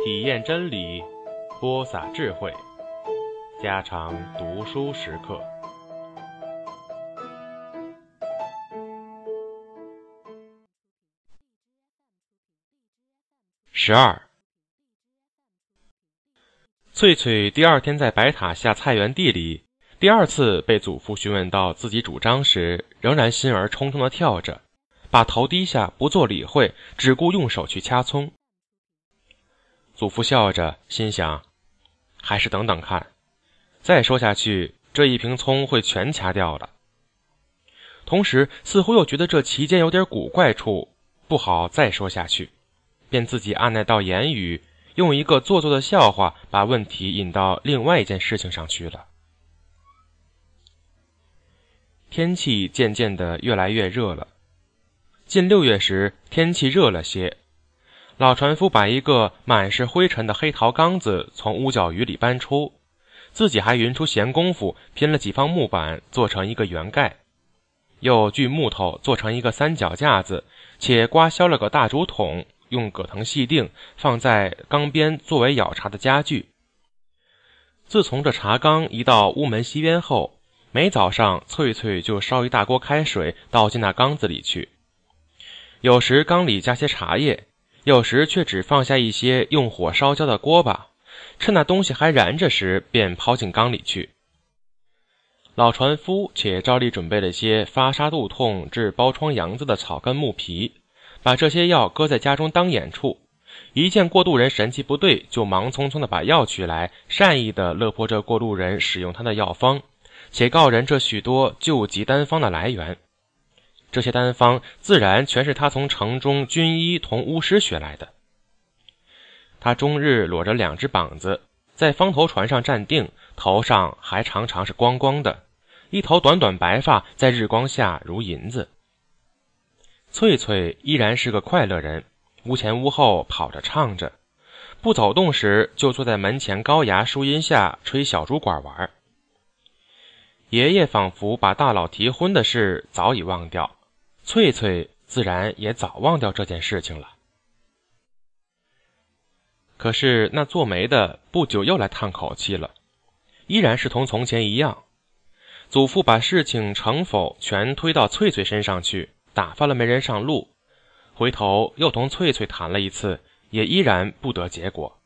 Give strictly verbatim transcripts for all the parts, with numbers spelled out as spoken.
体验真理，播撒智慧，家常读书时刻。十二，翠翠第二天在白塔下菜园地里，第二次被祖父询问到自己主张时，仍然心儿冲冲地跳着，把头低下，不做理会，只顾用手去掐葱。祖父笑着，心想，还是等等看，再说下去，这一瓶葱会全掐掉了。同时似乎又觉得这其间有点古怪处，不好再说下去，便自己按捺到言语，用一个做作的笑话把问题引到另外一件事情上去了。天气渐渐的越来越热了，近六月时天气热了些，老船夫把一个满是灰尘的黑陶缸子从屋角鱼里搬出，自己还匀出闲工夫拼了几方木板做成一个圆盖，又锯木头做成一个三脚架子，且刮削了个大竹筒，用葛藤细钉放在缸边作为舀茶的家具。自从这茶缸移到屋门西边后，每早上翠翠就烧一大锅开水倒进那缸子里去，有时缸里加些茶叶，有时却只放下一些用火烧焦的锅巴，趁那东西还燃着时便抛进缸里去。老船夫且照例准备了些发沙肚痛治包疮痈子的草根木皮，把这些药搁在家中当眼处，一见过路人神气不对，就忙匆匆地把药取来，善意地勒破这过路人使用他的药方，且告人这许多救急单方的来源。这些单方自然全是他从城中军医同巫师学来的。他终日裸着两只膀子，在方头船上站定，头上还常常是光光的，一头短短白发在日光下如银子。翠翠依然是个快乐人，屋前屋后跑着唱着，不走动时就坐在门前高崖树荫下吹小竹管玩。爷爷仿佛把大佬提婚的事早已忘掉，翠翠自然也早忘掉这件事情了。可是那做媒的不久又来叹口气了，依然是同从前一样。祖父把事情成否全推到翠翠身上去，打发了媒人上路，回头又同翠翠谈了一次，也依然不得结果。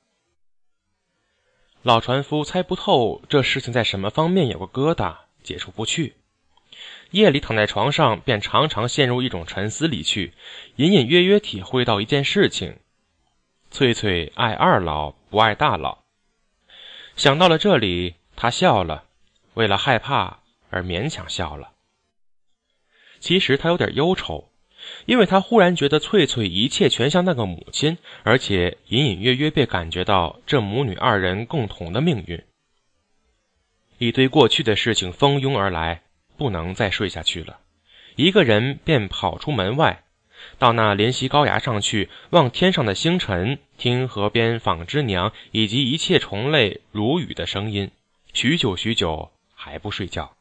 老船夫猜不透这事情在什么方面有个疙瘩，解除不去。夜里躺在床上，便常常陷入一种沉思里去，隐隐约约体会到一件事情：翠翠爱二老不爱大佬。想到了这里，他笑了，为了害怕而勉强笑了。其实他有点忧愁，因为他忽然觉得翠翠一切全像那个母亲，而且隐隐约约便感觉到这母女二人共同的命运。一堆过去的事情蜂拥而来，不能再睡下去了，一个人便跑出门外，到那连溪高崖上去，望天上的星辰，听河边纺织娘以及一切虫类如雨的声音，许久许久还不睡觉。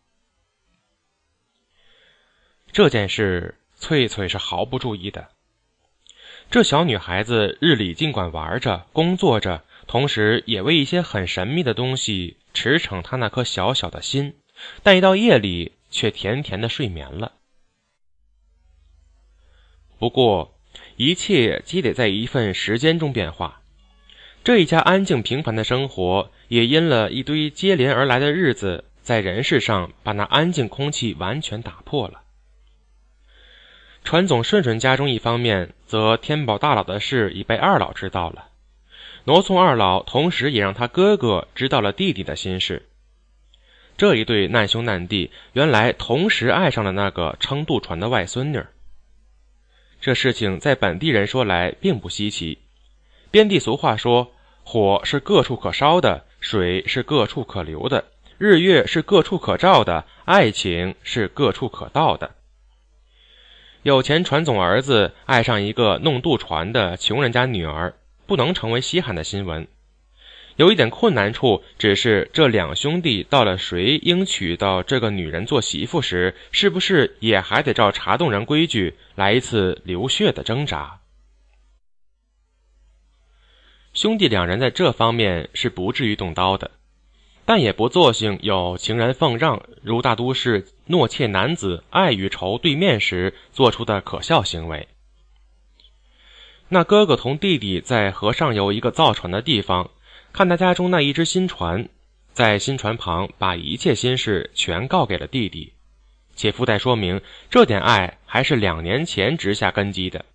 这件事翠翠是毫不注意的。这小女孩子日里尽管玩着工作着，同时也为一些很神秘的东西驰骋她那颗小小的心，但一到夜里却甜甜的睡眠了。不过一切皆得在一份时间中变化，这一家安静平凡的生活也因了一堆接连而来的日子，在人世上把那安静空气完全打破了。传总顺顺家中一方面，则天宝大佬的事已被二老知道了，挪送二老同时也让他哥哥知道了弟弟的心事。这一对难兄难弟原来同时爱上了那个撑渡船的外孙女。这事情在本地人说来并不稀奇，边地俗话说，火是各处可烧的，水是各处可流的，日月是各处可照的，爱情是各处可到的。有钱传总儿子爱上一个弄渡船的穷人家女儿，不能成为稀罕的新闻。有一点困难处，只是这两兄弟到了谁应娶到这个女人做媳妇时，是不是也还得照茶洞人规矩来一次流血的挣扎。 兄弟两人在这方面是不至于动刀的，但也不作兴有情人奉让，如大都市懦怯男子爱与仇对面时做出的可笑行为。那哥哥同弟弟在河上游一个造船的地方，看他家中那一只新船，在新船旁把一切心事全告给了弟弟，且附带说明这点爱还是两年前植下根基的。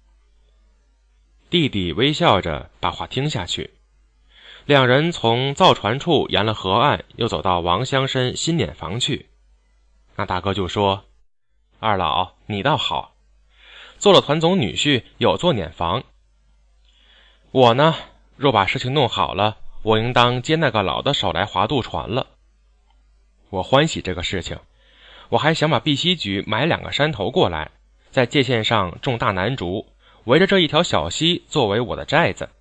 弟弟微笑着把话听下去。两人从造船处沿了河岸，又走到王乡绅新碾房去。那大哥就说：二老你倒好，做了团总女婿，有做碾房。我呢，若把事情弄好了，我应当接那个老的手来划渡船了。我欢喜这个事情，我还想把碧溪局买两个山头过来，在界线上种大楠竹，围着这一条小溪作为我的寨子。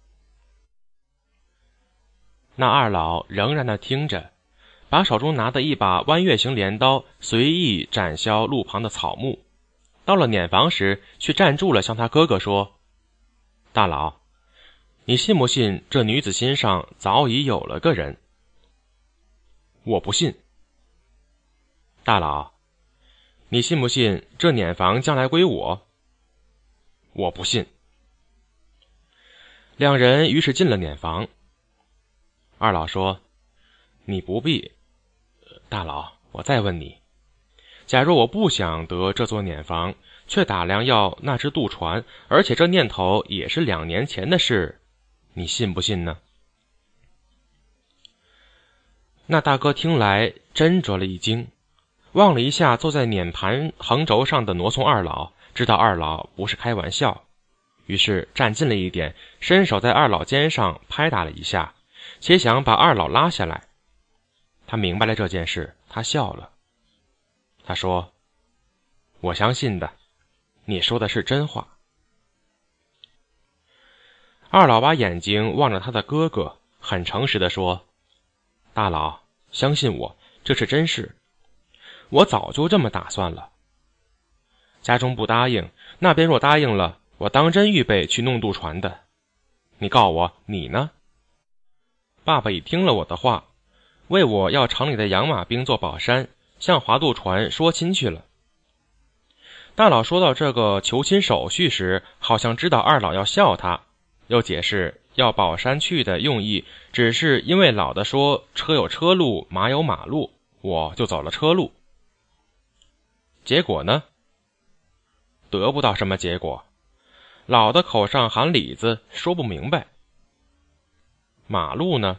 那二老仍然地听着，把手中拿的一把弯月形镰刀随意斩削路旁的草木。到了碾房时，却站住了，向他哥哥说：大佬，你信不信这女子心上早已有了个人？我不信。大佬，你信不信这碾房将来归我？我不信。两人于是进了碾房。二老说：你不必。大佬，我再问你，假若我不想得这座碾房，却打量要那只渡船，而且这念头也是两年前的事，你信不信呢？那大哥听来真着了一惊，望了一下坐在碾盘横轴上的挪送二老，知道二老不是开玩笑，于是站近了一点，伸手在二老肩上拍打了一下，且想把二老拉下来。他明白了这件事，他笑了。他说：我相信的，你说的是真话。二老把眼睛望着他的哥哥，很诚实地说：大佬，相信我，这是真事，我早就这么打算了。家中不答应，那边若答应了，我当真预备去弄渡船的。你告我，你呢？爸爸已听了我的话，为我要城里的养马兵做宝山，向划渡船说亲去了。大佬说到这个求亲手续时，好像知道二老要笑他，又解释要宝山去的用意，只是因为老的说车有车路，马有马路，我就走了车路。结果呢？得不到什么结果，老的口上含里子，说不明白。马路呢？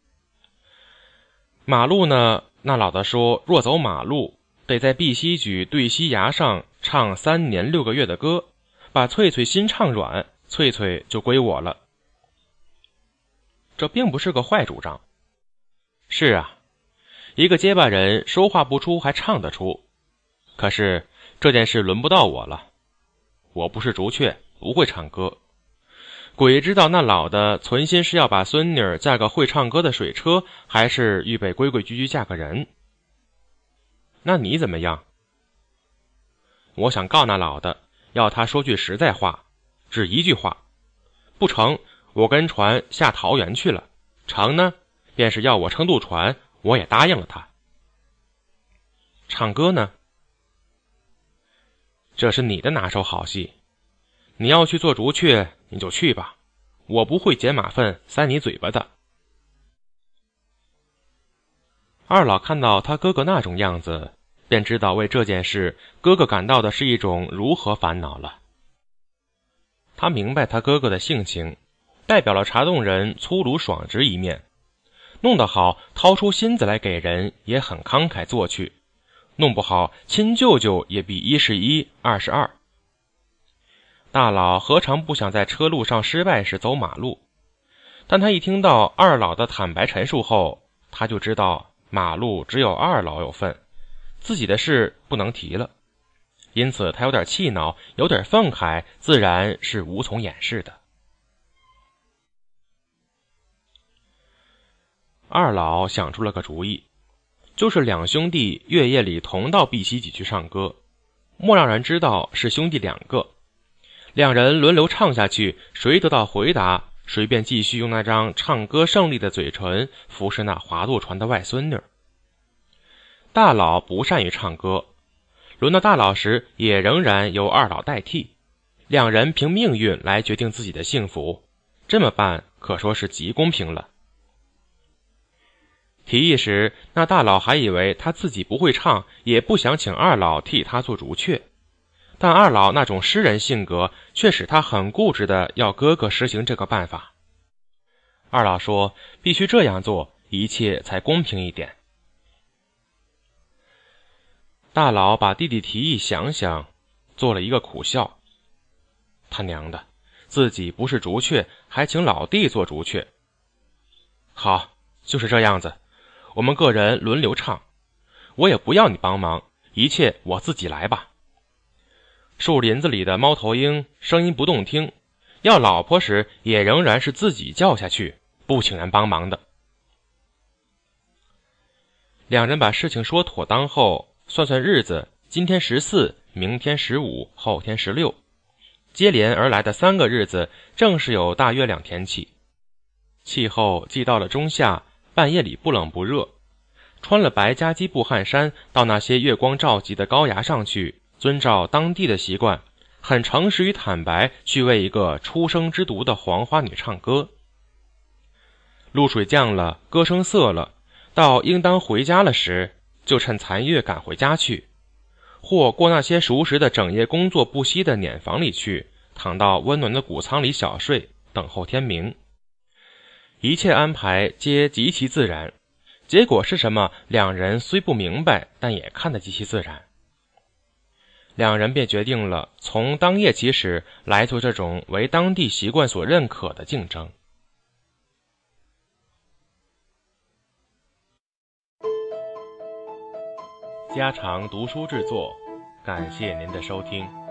马路呢？那老的说，若走马路，得在碧溪举对溪崖上唱三年六个月的歌，把翠翠心唱软，翠翠就归我了。这并不是个坏主张。是啊，一个结巴人说话不出，还唱得出。可是这件事轮不到我了，我不是竹雀，不会唱歌。鬼知道那老的存心是要把孙女嫁个会唱歌的水车，还是预备规规矩矩嫁个人。那你怎么样？我想告那老的，要他说句实在话，只一句话。不成，我跟船下桃园去了。成呢，便是要我撑渡船，我也答应了他。唱歌呢？这是你的拿手好戏，你要去做竹雀，你就去吧，我不会捡马粪塞你嘴巴的。二老看到他哥哥那种样子，便知道为这件事哥哥感到的是一种如何烦恼了。他明白他哥哥的性情，代表了茶洞人粗鲁爽直一面，弄得好掏出心子来给人也很慷慨作趣，弄不好亲舅舅也比一是一，二是二。大佬何尝不想在车路上失败时走马路，但他一听到二老的坦白陈述后，他就知道马路只有二老有份，自己的事不能提了，因此他有点气恼，有点愤慨，自然是无从掩饰的。二老想出了个主意，就是两兄弟月夜里同到碧溪几去唱歌，莫让人知道是兄弟两个，两人轮流唱下去，谁得到回答， 随便继续用那张唱歌胜利的嘴唇服侍那划渡船的外孙女。大佬不善于唱歌，轮到大佬时也仍然由二老代替，两人凭命运来决定自己的幸福，这么办可说是极公平了。提议时，那大佬还以为他自己不会唱，也不想请二老替他做竹雀，但二老那种诗人性格却使他很固执的要哥哥实行这个办法。二老说必须这样做，一切才公平一点。大佬把弟弟提议想想，做了一个苦笑。他娘的，自己不是竹雀，还请老弟做竹雀。好，就是这样子，我们个人轮流唱，我也不要你帮忙，一切我自己来吧。树林子里的猫头鹰声音不动听，要老婆时也仍然是自己叫下去，不请人帮忙的。两人把事情说妥当后，算算日子，今天十四，明天十五，后天十六，接连而来的三个日子正是有大月亮天气，气候既到了中夏，半夜里不冷不热，穿了白夹击布汗衫到那些月光照极的高崖上去，遵照当地的习惯，很诚实与坦白去为一个出生之犊的黄花女唱歌。露水降了，歌声涩了，到应当回家了时，就趁残月赶回家去，或过那些熟识的整夜工作不息的碾房里去，躺到温暖的谷仓里小睡，等候天明。一切安排皆极其自然，结果是什么，两人虽不明白，但也看得极其自然。两人便决定了从当夜起始来做这种为当地习惯所认可的竞争。家常读书制作，感谢您的收听。